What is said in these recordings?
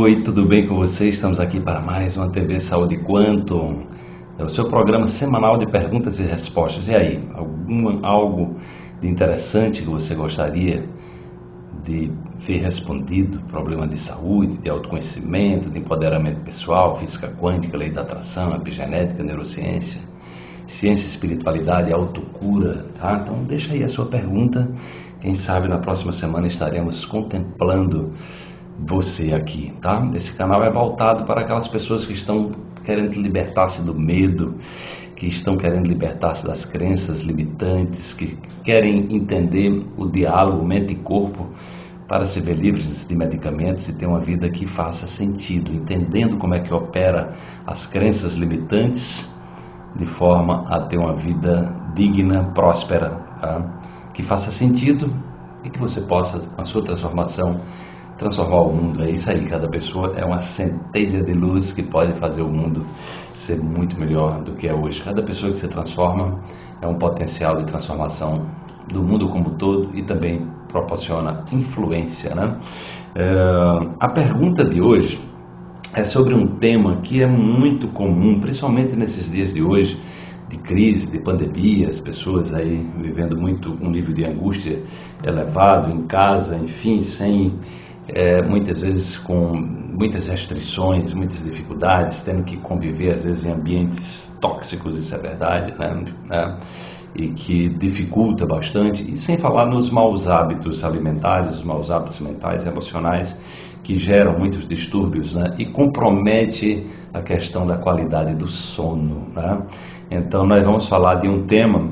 Oi, tudo bem com você? Estamos aqui para mais uma TV Saúde Quantum. É o seu programa semanal de perguntas e respostas. E aí, algo de interessante que você gostaria de ver respondido? Problema de saúde, de autoconhecimento, de empoderamento pessoal, física quântica, lei da atração, epigenética, neurociência, ciência, espiritualidade, autocura, tá? Então deixa aí a sua pergunta. Quem sabe na próxima semana estaremos contemplando você aqui, tá? Esse canal é voltado para aquelas pessoas que estão querendo libertar-se do medo, que estão querendo libertar-se das crenças limitantes, que querem entender o diálogo mente e corpo para se ver livres de medicamentos e ter uma vida que faça sentido, entendendo como é que opera as crenças limitantes de forma a ter uma vida digna, próspera, tá? Que faça sentido e que você possa, com a sua transformação, transformar o mundo. É isso aí, cada pessoa é uma centelha de luz que pode fazer o mundo ser muito melhor do que é hoje. Cada pessoa que se transforma é um potencial de transformação do mundo como um todo e também proporciona influência, né? A pergunta de hoje é sobre um tema que é muito comum, principalmente nesses dias de hoje, de crise, de pandemia, as pessoas aí vivendo muito um nível de angústia elevado em casa, enfim, sem muitas vezes com muitas restrições, muitas dificuldades, tendo que conviver às vezes em ambientes tóxicos, isso é verdade, né? E que dificulta bastante, e sem falar nos maus hábitos alimentares, os maus hábitos mentais, emocionais, que geram muitos distúrbios, né? E compromete a questão da qualidade do sono, né? Então nós vamos falar de um tema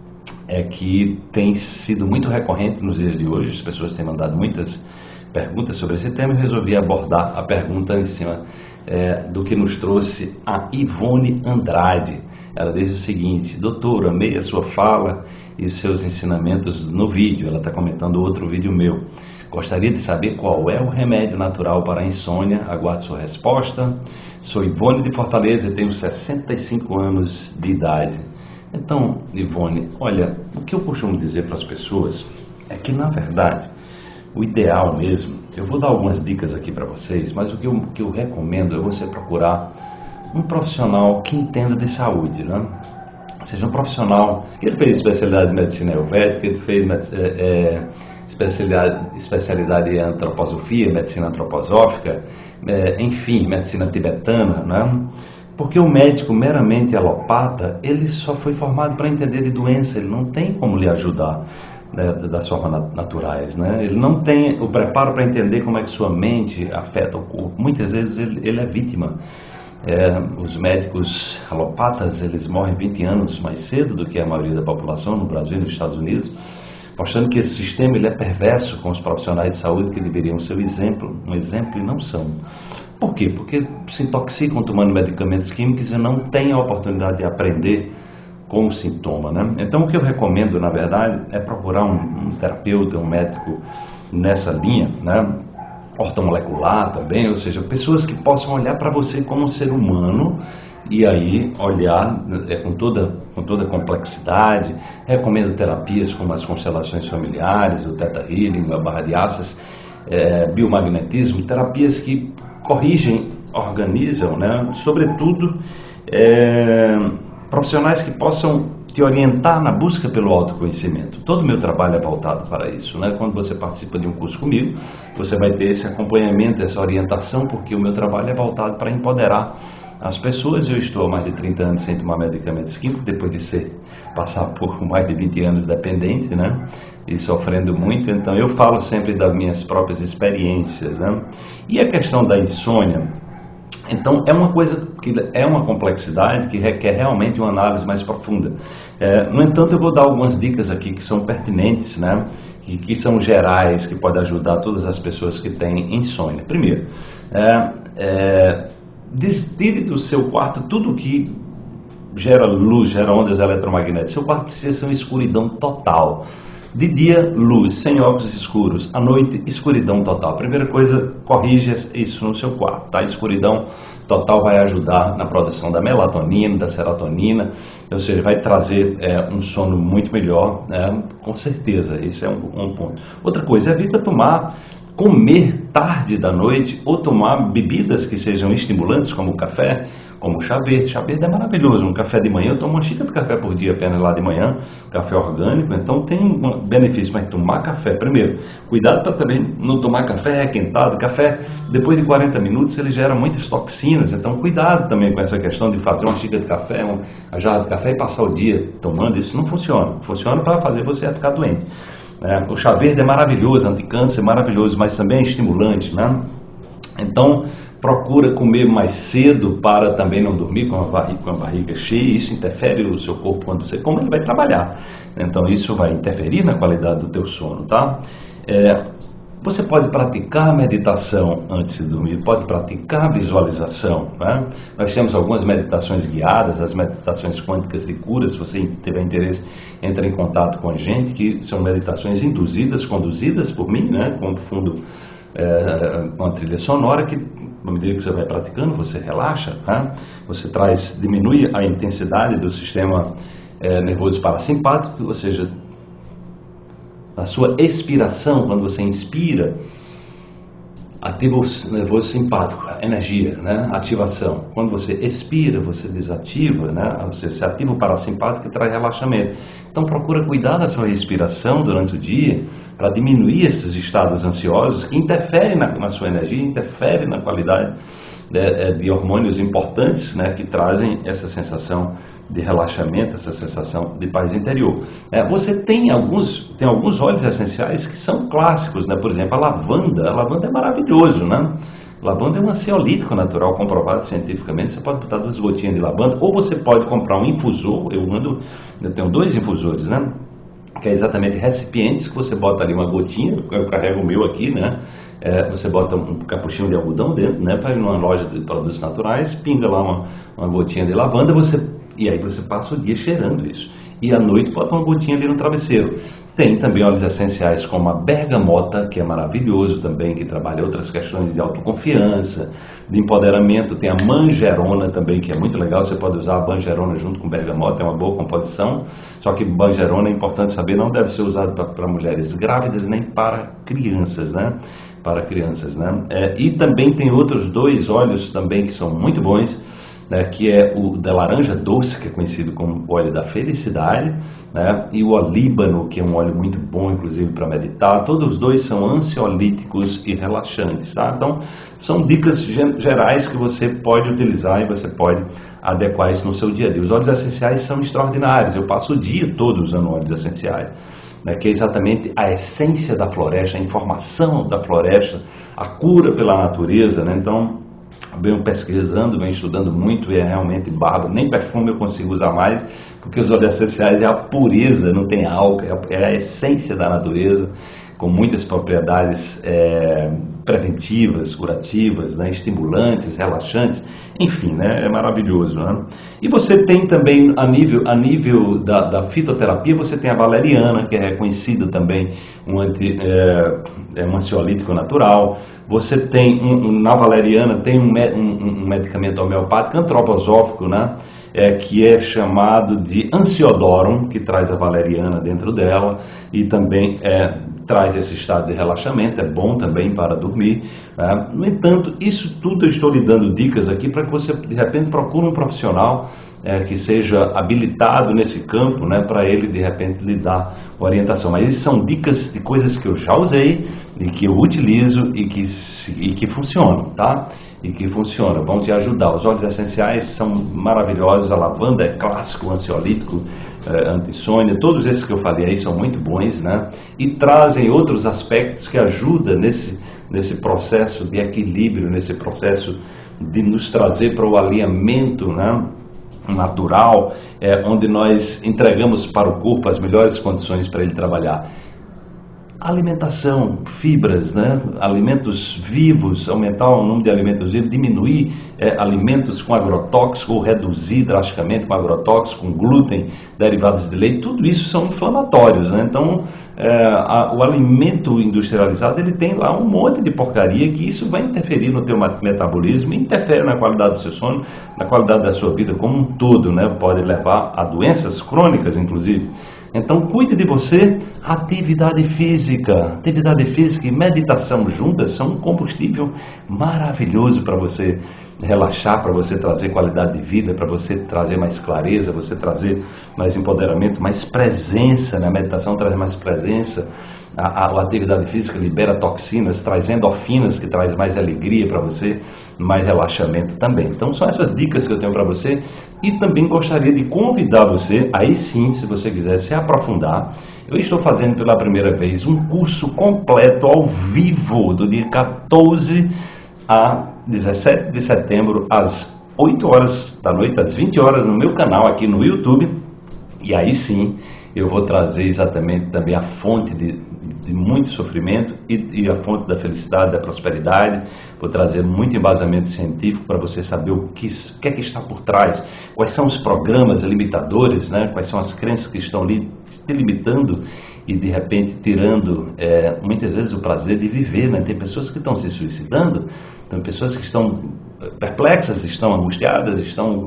que tem sido muito recorrente nos dias de hoje. As pessoas têm mandado muitas perguntas sobre esse tema. Eu resolvi abordar a pergunta em cima do que nos trouxe a Ivone Andrade. Ela diz o seguinte: doutor, amei a sua fala e os seus ensinamentos no vídeo. Ela está comentando outro vídeo meu. Gostaria de saber qual é o remédio natural para a insônia. Aguardo sua resposta. Sou Ivone de Fortaleza e tenho 65 anos de idade. Então, Ivone, olha, o que eu costumo dizer para as pessoas é que, na verdade, o ideal mesmo, eu vou dar algumas dicas aqui para vocês, mas o que eu recomendo é você procurar um profissional que entenda de saúde, né? Seja um profissional que ele fez especialidade em medicina ayurvédica, ele fez especialidade em antroposofia, medicina antroposófica, enfim, medicina tibetana, né? Porque o médico meramente alopata, ele só foi formado para entender de doença, ele não tem como lhe ajudar, né, das formas naturais, né? Ele não tem o preparo para entender como é que sua mente afeta o corpo. Muitas vezes ele é vítima. Os médicos alopatas, eles morrem 20 anos mais cedo do que a maioria da população no Brasil e nos Estados Unidos, mostrando que esse sistema ele é perverso com os profissionais de saúde que deveriam ser um exemplo e não são. Por quê? Porque se intoxicam tomando medicamentos químicos e não têm a oportunidade de aprender com o sintoma, né? Então o que eu recomendo, na verdade, é procurar um terapeuta, um médico nessa linha, né? Ortomolecular também, ou seja, pessoas que possam olhar para você como um ser humano e aí olhar com toda a complexidade. Recomendo terapias como as constelações familiares, o Theta Healing, a barra de axis, biomagnetismo, terapias que corrigem, organizam, né? Sobretudo profissionais que possam te orientar na busca pelo autoconhecimento. Todo o meu trabalho é voltado para isso, né? Quando você participa de um curso comigo, você vai ter esse acompanhamento, essa orientação, porque o meu trabalho é voltado para empoderar as pessoas. Eu estou há mais de 30 anos sem tomar medicamentos químicos, depois de passar por mais de 20 anos dependente, né? E sofrendo muito. Então eu falo sempre das minhas próprias experiências, né? E a questão da insônia, então é uma coisa que é uma complexidade que requer realmente uma análise mais profunda. No entanto, eu vou dar algumas dicas aqui que são pertinentes, né? E que são gerais, que podem ajudar todas as pessoas que têm insônia. Primeiro, tire do seu quarto tudo que gera luz, gera ondas eletromagnéticas. Seu quarto precisa ser uma escuridão total. De dia, luz, sem óculos escuros. À noite, escuridão total. Primeira coisa, corrija isso no seu quarto, tá? Escuridão total vai ajudar na produção da melatonina, da serotonina, ou seja, vai trazer um sono muito melhor, né? Com certeza, esse é um ponto. Outra coisa, evita tomar comer tarde da noite ou tomar bebidas que sejam estimulantes, como o café, como o chá verde. Chá verde é maravilhoso. Um café de manhã, eu tomo uma xícara de café por dia apenas lá de manhã, café orgânico, então tem um benefício. Mas tomar café, primeiro, cuidado para também não tomar café requentado. Café, depois de 40 minutos, ele gera muitas toxinas, então cuidado também com essa questão de fazer uma xícara de café, uma jarra de café e passar o dia tomando. Isso não funciona. Funciona para fazer você ficar doente. O chá verde é maravilhoso, anticâncer, maravilhoso, mas também é estimulante, né? Então, procura comer mais cedo para também não dormir com a barriga cheia. Isso interfere o seu corpo quando você come, ele vai trabalhar. Então, isso vai interferir na qualidade do teu sono, tá? Você pode praticar meditação antes de dormir, pode praticar visualização, né? Nós temos algumas meditações guiadas, as meditações quânticas de cura. Se você tiver interesse, entre em contato com a gente, que são meditações induzidas, conduzidas por mim, né? Com fundo, uma trilha sonora que, à medida que você vai praticando, você relaxa, né? Você diminui a intensidade do sistema nervoso parasimpático, ou seja, a sua expiração, quando você inspira, ativa o nervoso simpático, a energia, né? Ativação. Quando você expira, você desativa, né? Você ativa o parasimpático e traz relaxamento. Então procura cuidar da sua respiração durante o dia para diminuir esses estados ansiosos que interferem na sua energia, interferem na qualidade de hormônios importantes, né, que trazem essa sensação de relaxamento, essa sensação de paz interior. Você tem alguns óleos essenciais que são clássicos, né? Por exemplo, a lavanda é maravilhoso, né? Lavanda é um ansiolítico natural, comprovado cientificamente. Você pode botar 2 gotinhas de lavanda, ou você pode comprar um infusor. Eu tenho 2 infusores, né? Que é exatamente recipientes que você bota ali uma gotinha. Eu carrego o meu aqui, né? Você bota um capuchinho de algodão dentro, né? Para ir numa loja de produtos naturais, pinga lá uma gotinha de lavanda, e aí você passa o dia cheirando isso. E à noite bota uma gotinha ali no travesseiro. Tem também óleos essenciais como a bergamota, que é maravilhoso também, que trabalha outras questões de autoconfiança, de empoderamento. Tem a manjerona também, que é muito legal. Você pode usar a manjerona junto com bergamota, é uma boa composição. Só que manjerona, é importante saber, não deve ser usado para mulheres grávidas nem para crianças, né? E também tem outros 2 óleos também que são muito bons, né, que é o da laranja doce, que é conhecido como óleo da felicidade, né, e o olíbano, que é um óleo muito bom, inclusive, para meditar. Todos os 2 são ansiolíticos e relaxantes, tá? Então, são dicas gerais que você pode utilizar e você pode adequar isso no seu dia a dia. Os óleos essenciais são extraordinários. Eu passo o dia todo usando óleos essenciais, né, que é exatamente a essência da floresta, a informação da floresta, a cura pela natureza, né? Então, venho pesquisando, venho estudando muito, e é realmente bárbaro. Nem perfume eu consigo usar mais, porque os óleos essenciais é a pureza, não tem álcool, é a essência da natureza, com muitas propriedades preventivas, curativas, né, estimulantes, relaxantes, enfim, né, é maravilhoso, né? E você tem também, a nível da fitoterapia, você tem a valeriana, que é reconhecida também um ansiolítico natural. Você tem, na valeriana, tem um medicamento homeopático antroposófico, né? Que é chamado de Ansiodorum, que traz a valeriana dentro dela, e também traz esse estado de relaxamento, é bom também para dormir, né? No entanto, isso tudo eu estou lhe dando dicas aqui para que você, de repente, procure um profissional que seja habilitado nesse campo, né, para ele, de repente, lhe dar orientação. Mas essas são dicas de coisas que eu já usei e que eu utilizo e que funcionam, tá? E que funcionam, vão te ajudar. Os óleos essenciais são maravilhosos, a lavanda é clássico, ansiolítico, anti-insônia, todos esses que eu falei aí são muito bons, né? E trazem outros aspectos que ajudam nesse processo de equilíbrio, nesse processo de nos trazer para o alinhamento, né, natural, onde nós entregamos para o corpo as melhores condições para ele trabalhar. Alimentação, fibras, né? Alimentos vivos, aumentar o número de alimentos vivos, diminuir alimentos com agrotóxico ou reduzir drasticamente com agrotóxico, com glúten, derivados de leite, tudo isso são inflamatórios, né? Então, o alimento industrializado, ele tem lá um monte de porcaria que isso vai interferir no teu metabolismo, interfere na qualidade do seu sono, na qualidade da sua vida como um todo, né? Pode levar a doenças crônicas, inclusive. Então cuide de você. Atividade física e meditação juntas são um combustível maravilhoso para você relaxar, para você trazer qualidade de vida, para você trazer mais clareza, você trazer mais empoderamento, mais presença, né? A meditação traz mais presença. A atividade física libera toxinas, traz endorfinas, que traz mais alegria para você, mais relaxamento também. Então são essas dicas que eu tenho para você, e também gostaria de convidar você, aí sim, se você quiser se aprofundar, eu estou fazendo pela primeira vez um curso completo ao vivo, do dia 14 a 17 de setembro, às 8 horas da noite, às 20 horas, no meu canal aqui no YouTube. E aí sim, eu vou trazer exatamente também a fonte de muito sofrimento e a fonte da felicidade, da prosperidade. Vou trazer muito embasamento científico para você saber o que é que está por trás, quais são os programas limitadores, né? Quais são as crenças que estão ali te limitando e de repente tirando muitas vezes o prazer de viver, né? Tem pessoas que estão se suicidando, tem pessoas que estão perplexas, estão angustiadas, estão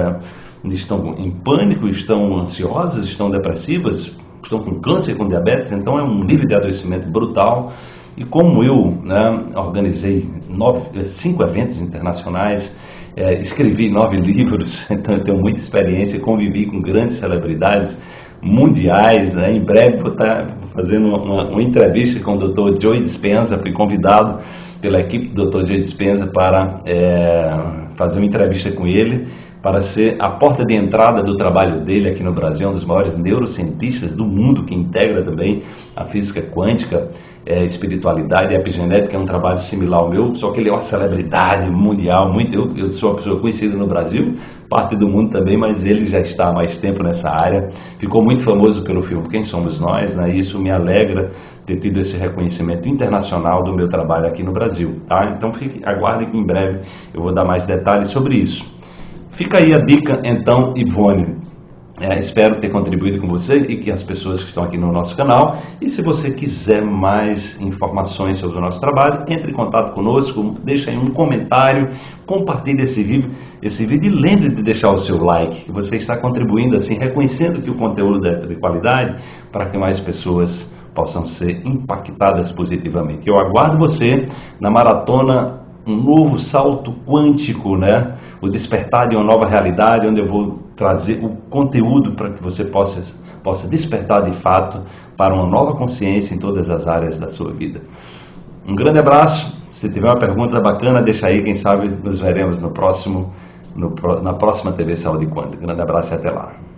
em pânico, estão ansiosas, estão depressivas, estão com câncer, com diabetes. Então é um nível de adoecimento brutal. E como eu, né, organizei 5 eventos internacionais, escrevi 9 livros, então eu tenho muita experiência, convivi com grandes celebridades mundiais, né? Em breve vou estar fazendo uma entrevista com o Dr. Joe Dispenza. Fui convidado pela equipe do Dr. Joe Dispenza para fazer uma entrevista com ele, para ser a porta de entrada do trabalho dele aqui no Brasil, um dos maiores neurocientistas do mundo, que integra também a física quântica, espiritualidade e epigenética. É um trabalho similar ao meu, só que ele é uma celebridade mundial. Eu sou uma pessoa conhecida no Brasil, parte do mundo também, mas ele já está há mais tempo nessa área. Ficou muito famoso pelo filme Quem Somos Nós, né? E isso me alegra ter tido esse reconhecimento internacional do meu trabalho aqui no Brasil, tá? Então aguarde que em breve eu vou dar mais detalhes sobre isso. Fica aí a dica, então, Ivone. Espero ter contribuído com você e que as pessoas que estão aqui no nosso canal. E se você quiser mais informações sobre o nosso trabalho, entre em contato conosco, deixa aí um comentário, compartilhe esse vídeo e lembre de deixar o seu like, que você está contribuindo assim, reconhecendo que o conteúdo é de qualidade, para que mais pessoas possam ser impactadas positivamente. Eu aguardo você na maratona Um Novo Salto Quântico, né? O despertar de uma nova realidade, onde eu vou trazer o conteúdo para que você possa despertar de fato para uma nova consciência em todas as áreas da sua vida. Um grande abraço. Se tiver uma pergunta bacana, deixa aí, quem sabe nos veremos na próxima TV Saúde Quântica. Grande abraço e até lá.